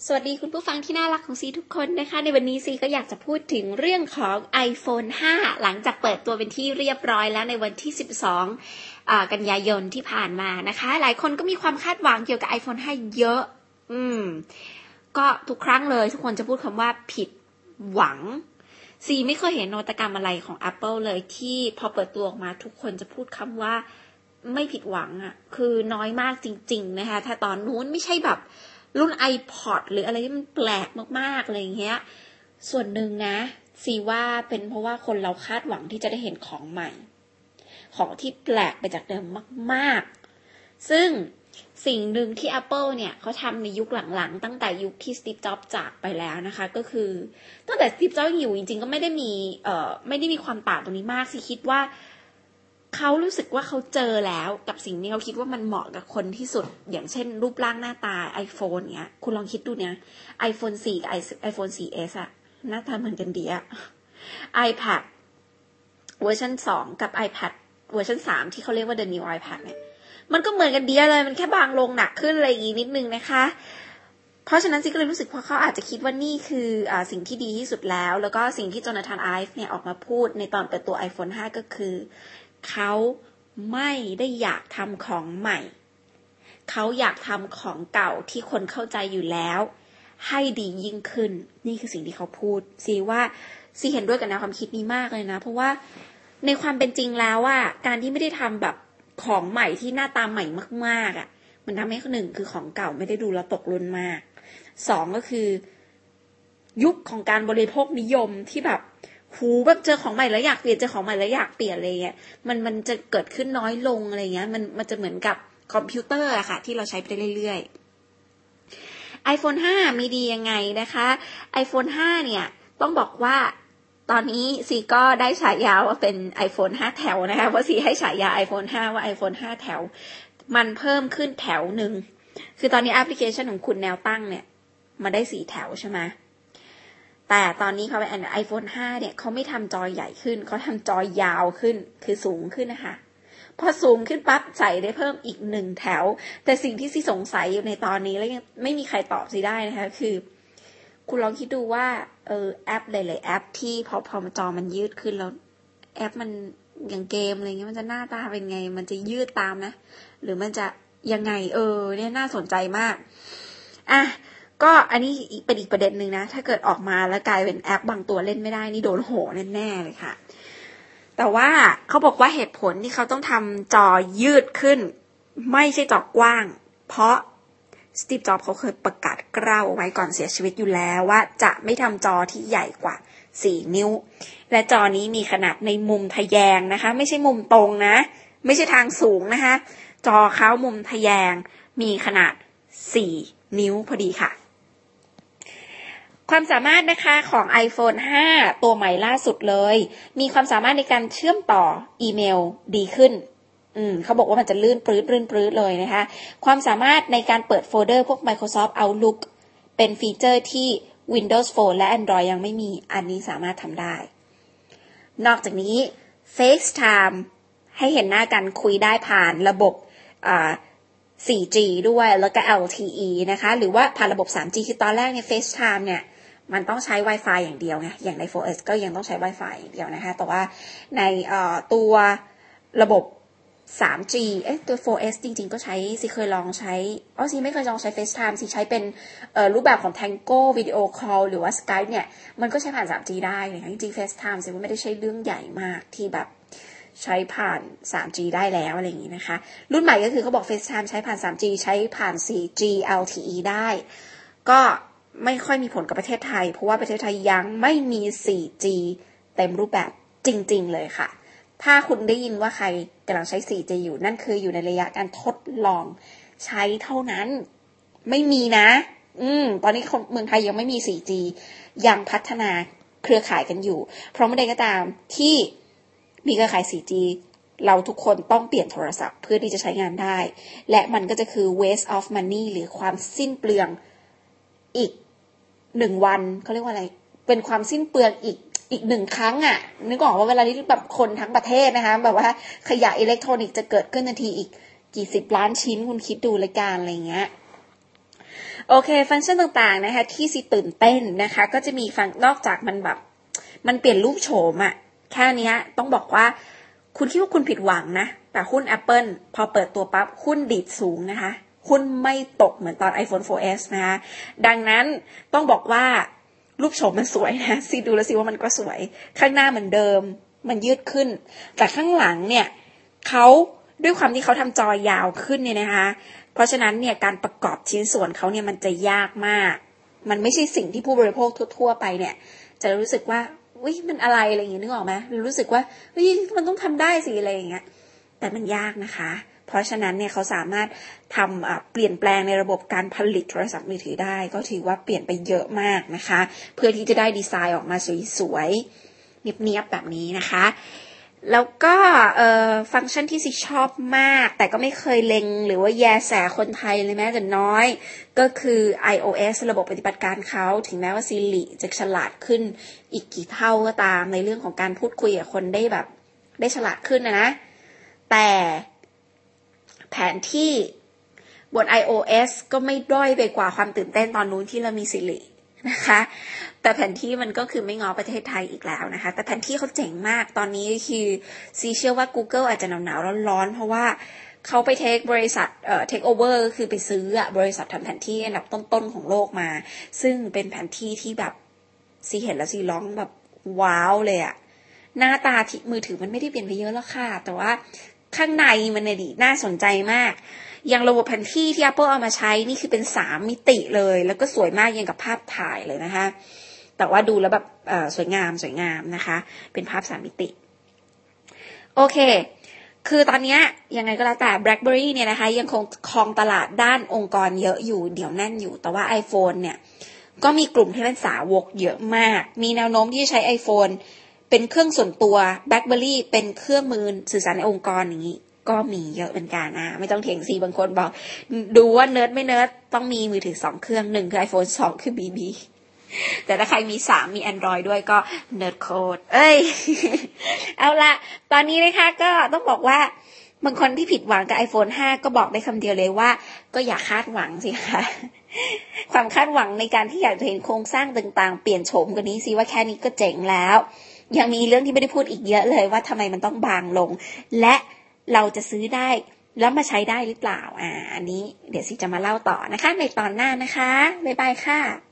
สวัสดีคุณผู้ฟังที่น่ารักของซีทุกคนนะคะในวันนี้ซีก็อยากจะพูดถึงเรื่องของ iPhone 5 หลังจากเปิดตัวเป็นที่เรียบร้อยแล้วในวันที่12กันยายนที่ผ่านมานะคะหลายคนก็มีความคาดหวังเกี่ยวกับ iPhone 5 เยอะก็ทุกครั้งเลยทุกคนจะพูดคำว่าผิดหวังซีไม่เคยเห็นนวัตกรรมอะไรของ Apple เลยที่พอเปิดตัวออกมาทุกคนจะพูดคำว่าไม่ผิดหวังคือน้อยมากจริงๆนะคะถ้าตอนนู้นไม่ใช่แบบรุ่น iPod หรืออะไรที่มันแปลกมากๆอะไรอย่างเงี้ยส่วนหนึ่งนะซีว่าเป็นเพราะว่าคนเราคาดหวังที่จะได้เห็นของใหม่ของที่แปลกไปจากเดิมมากๆซึ่งสิ่งหนึ่งที่ Apple เนี่ยเขาทำในยุคหลังๆตั้งแต่ยุคที่ Steve Jobs จากไปแล้วนะคะก็คือตั้งแต่ Steve Jobs อยู่จริงๆก็ไม่ได้มีความต่างตรงนี้มากสิคิดว่าเขารู้สึกว่าเขาเจอแล้วกับสิ่งนี้เขาคิดว่ามันเหมาะกับคนที่สุดอย่างเช่นรูปร่างหน้าตา iPhone เนี้ยคุณลองคิดดูเนี่ย iPhone 4 กับ iPhone 4S หน้าตาเหมือนกันดีiPad เวอร์ชัน2กับ iPad เวอร์ชัน3ที่เขาเรียกว่า The New iPad เนี่ยมันก็เหมือนกันดีเลยมันแค่บางลงหนักขึ้นอะไรอย่างงี้นิดนึงนะคะเพราะฉะนั้นซิก็เลยรู้สึกว่าเขาอาจจะคิดว่านี่คือสิ่งที่ดีที่สุดแล้วก็สิ่งที่โจนาธาน ไอฟ์เนี่ยออกมาพูดในตอนเปิดตัว iPhone 5 ก็คือเขาไม่ได้อยากทำของใหม่เขาอยากทำของเก่าที่คนเข้าใจอยู่แล้วให้ดียิ่งขึ้นนี่คือสิ่งที่เขาพูดซีเห็นด้วยกับแนวความคิดนี้มากเลยนะเพราะว่าในความเป็นจริงแล้วการที่ไม่ได้ทำแบบของใหม่ที่หน้าตาใหม่มากๆมันทำให้หนึ่งคือของเก่าไม่ได้ดูแล้วตกรุ่นมากสองก็คือยุคของการบริโภคนิยมที่แบบแบบเจอของใหม่แล้วอยากเปลี่ยนเจอของใหม่แล้วอยากเปลี่ยนอะไรเงี้ยมันจะเกิดขึ้นน้อยลงอะไรเงี้ยมันจะเหมือนกับคอมพิวเตอร์ค่ะที่เราใช้ไปเรื่อยๆ iPhone 5 มีดียังไงนะคะ iPhone 5 เนี่ยต้องบอกว่าตอนนี้ซีก็ได้ฉายาว่าเป็น iPhone 5 แถวนะคะเพราะซีให้ฉายา iPhone 5 ว่า iPhone 5 แถวมันเพิ่มขึ้นแถวนึงคือตอนนี้แอปพลิเคชันของคุณแนวตั้งเนี่ยมาได้4แถวใช่ไหมแต่ตอนนี้เขาเป็น iPhone 5 เนี่ยเขาไม่ทำจอใหญ่ขึ้นเขาทำจอยาวขึ้นคือสูงขึ้นนะคะพอสูงขึ้นปั๊บใส่ได้เพิ่มอีก1แถวแต่สิ่งที่ซีสงสัยอยู่ในตอนนี้แล้วยังไม่มีใครตอบซีได้นะคะคือคุณลองคิดดูว่าแอปหลายๆแอปที่พอจอมันยืดขึ้นแล้วแอปมันอย่างเกมอะไรเงี้ยมันจะหน้าตาเป็นไงมันจะยืดตามนะหรือมันจะยังไงเนี่ยน่าสนใจมากก็อันนี้เป็นอีกประเด็นหนึ่งนะถ้าเกิดออกมาแล้วกลายเป็นแอปบางตัวเล่นไม่ได้นี่โดนโหแน่ๆเลยค่ะแต่ว่าเขาบอกว่าเหตุผลที่เขาต้องทำจอยืดขึ้นไม่ใช่จอกว้างเพราะสตีฟ จ็อบส์เขาเคยประกาศกล้าวไว้ก่อนเสียชีวิตอยู่แล้วว่าจะไม่ทำจอที่ใหญ่กว่า4นิ้วและจอนี้มีขนาดในมุมทะแยงนะคะไม่ใช่มุมตรงนะไม่ใช่ทางสูงนะคะจอเขามุมทะแยงมีขนาด4นิ้วพอดีค่ะความสามารถนะคะของ iPhone 5 ตัวใหม่ล่าสุดเลยมีความสามารถในการเชื่อมต่ออีเมลดีขึ้นเขาบอกว่ามันจะลื่นปรื้ดเลยนะคะความสามารถในการเปิดโฟลเดอร์พวก Microsoft Outlook เป็นฟีเจอร์ที่ Windows Phone และ Android ยังไม่มีอันนี้สามารถทำได้นอกจากนี้ FaceTime ให้เห็นหน้ากันคุยได้ผ่านระบบ4G ด้วยแล้วก็ LTE นะคะหรือว่าผ่านระบบ 3G คือตอนแรกเนี่ย FaceTime เนี่ยมันต้องใช้ Wi-Fi อย่างเดียวไงอย่างใน 4S ก็ยังต้องใช้ Wi-Fi อย่างเดียวนะคะแต่ว่าในตัวระบบ 3G ตัว 4S จริงๆก็ใช้ซีเคยลองใช้ซีไม่เคยลองใช้ FaceTime ซีใช้เป็นรูปแบบของ Tango Video Call หรือว่า Skype เนี่ยมันก็ใช้ผ่าน 3G ได้นะคะจริงๆ FaceTime ซีว่าไม่ได้ใช้เรื่องใหญ่มากที่แบบใช้ผ่าน 3G ได้แล้วอะไรอย่างนี้นะคะรุ่นใหม่ก็คือเขาบอก FaceTime ใช้ผ่าน 3G ใช้ผ่าน 4G LTE ได้ก็ไม่ค่อยมีผลกับประเทศไทยเพราะว่าประเทศไทยยังไม่มี 4G เต็มรูปแบบจริงๆเลยค่ะถ้าคุณได้ยินว่าใครกำลังใช้ 4G อยู่นั่นคืออยู่ในระยะการทดลองใช้เท่านั้นไม่มีนะตอนนี้คนเมืองไทยยังไม่มี 4G ยังพัฒนาเครือข่ายกันอยู่เพราะเมื่อใดก็ตามที่มีเครือข่าย 4G เราทุกคนต้องเปลี่ยนโทรศัพท์เพื่อที่จะใช้งานได้และมันก็จะคือ waste of money หรือความสิ้นเปลืองอีก1วันเขาเรียกว่าอะไรเป็นความสิ้นเปลืองอีก1ครั้งนึกออกว่าเวลาที่แบบคนทั้งประเทศนะคะแบบว่าขยะอิเล็กทรอนิกส์จะเกิดขึ้นทันทีอีกกี่10ล้านชิ้นคุณคิดดูรายการอะไรเงี้ยโอเคฟังก์ชันต่างๆนะคะที่ซีตื่นเต้นนะคะก็จะมีนอกจากมันแบบมันเปลี่ยนรูปโฉมอะแค่นี้ต้องบอกว่าคุณคิดว่าคุณผิดหวังนะแต่หุ้น Apple พอเปิดตัวปั๊บหุ้นดีดสูงนะคะหุ้นไม่ตกเหมือนตอน iPhone 4S นะคะดังนั้นต้องบอกว่ารูปโฉมมันสวยนะซีดูแล้วซีว่ามันก็สวยข้างหน้าเหมือนเดิมมันยืดขึ้นแต่ข้างหลังเนี่ยเขาด้วยความที่เขาทำจอยาวขึ้นเนี่ยนะคะเพราะฉะนั้นเนี่ยการประกอบชิ้นส่วนเขาเนี่ยมันจะยากมากมันไม่ใช่สิ่งที่ผู้บริโภคทั่วๆไปเนี่ยจะรู้สึกว่ามันอะไรอย่างเงี้ยนึกออกไหมรู้สึกว่ามันต้องทำได้สิอะไรอย่างเงี้ยแต่มันยากนะคะเพราะฉะนั้นเนี่ยเขาสามารถทำเปลี่ยนแปลงในระบบการผลิตโทรศัพท์มือถือได้ก็ถือว่าเปลี่ยนไปเยอะมากนะคะเพื่อที่จะได้ดีไซน์ออกมาสวยๆเนียบๆแบบนี้นะคะแล้วก็ฟังก์ชันที่ซีชอบมากแต่ก็ไม่เคยเล็งหรือว่าแยแสคนไทยเลยแม้แต่น้อยก็คือ iOS ระบบปฏิบัติการเขาถึงแม้ว่า Siri จะฉลาดขึ้นอีกกี่เท่าก็ตามในเรื่องของการพูดคุยกับคนได้ฉลาดขึ้นนะแต่แผนที่บน iOS ก็ไม่ด้อยไปกว่าความตื่นเต้นตอนนู้นที่เรามี Siri นะคะแต่แผนที่มันก็คือไม่ง้อประเทศไทยอีกแล้วนะคะแต่แผนที่เขาเจ๋งมากตอนนี้คือซีเชื่อว่า Google อาจจะหนาวๆร้อนๆเพราะว่าเขาไปเทคบริษัทtake over คือไปซื้อบริษัททำแผนที่อันดับต้นๆของโลกมาซึ่งเป็นแผนที่ที่แบบซีเห็นแล้วซีร้องแบบว้าวเลยอะหน้าตาที่มือถือมันไม่ได้เปลี่ยนไปเยอะแล้วค่ะแต่ว่าข้างในมันน่าสนใจมากอย่างระบบแผนที่ที่ Apple เอามาใช้นี่คือเป็น3มิติเลยแล้วก็สวยมากยังกับภาพถ่ายเลยนะคะแต่ว่าดูแล้วแบบสวยงามนะคะเป็นภาพ3มิติโอเคคือตอนนี้ยังไงก็แล้วแต่ BlackBerry เนี่ยนะคะยังคงครองตลาดด้านองค์กรเยอะอยู่เดี๋ยวแน่นอยู่แต่ว่า iPhone เนี่ยก็มีกลุ่มที่เป็นสาวกเยอะมากมีแนวโน้มที่จะใช้ iPhone เป็นเครื่องส่วนตัว BlackBerry เป็นเครื่องมือสื่อสารในองค์กรอย่างนี้ก็มีเยอะเหมือนกันนะไม่ต้องเถียงซีบางคนบอกดูว่าเนิร์ดไม่เนิร์ดต้องมีมือถือ2เครื่อง1คือ iPhone 2คือ BB แต่ถ้าใครมี3มี Android ด้วยก็เนิร์ดโคดเอาละตอนนี้นะคะก็ต้องบอกว่าบางคนที่ผิดหวังกับ iPhone 5ก็บอกได้คำเดียวเลยว่าก็อย่าคาดหวังสิคะความคาดหวังในการที่อยากจะเห็นโครงสร้างต่างๆเปลี่ยนโฉมกว่านี้สิว่าแค่นี้ก็เจ๋งแล้วยังมีเรื่องที่ไม่ได้พูดอีกเยอะเลยว่าทำไมมันต้องบางลงและเราจะซื้อได้แล้วมาใช้ได้หรือเปล่าอันนี้เดี๋ยวซีจะมาเล่าต่อนะคะในตอนหน้านะคะบ๊ายบายค่ะ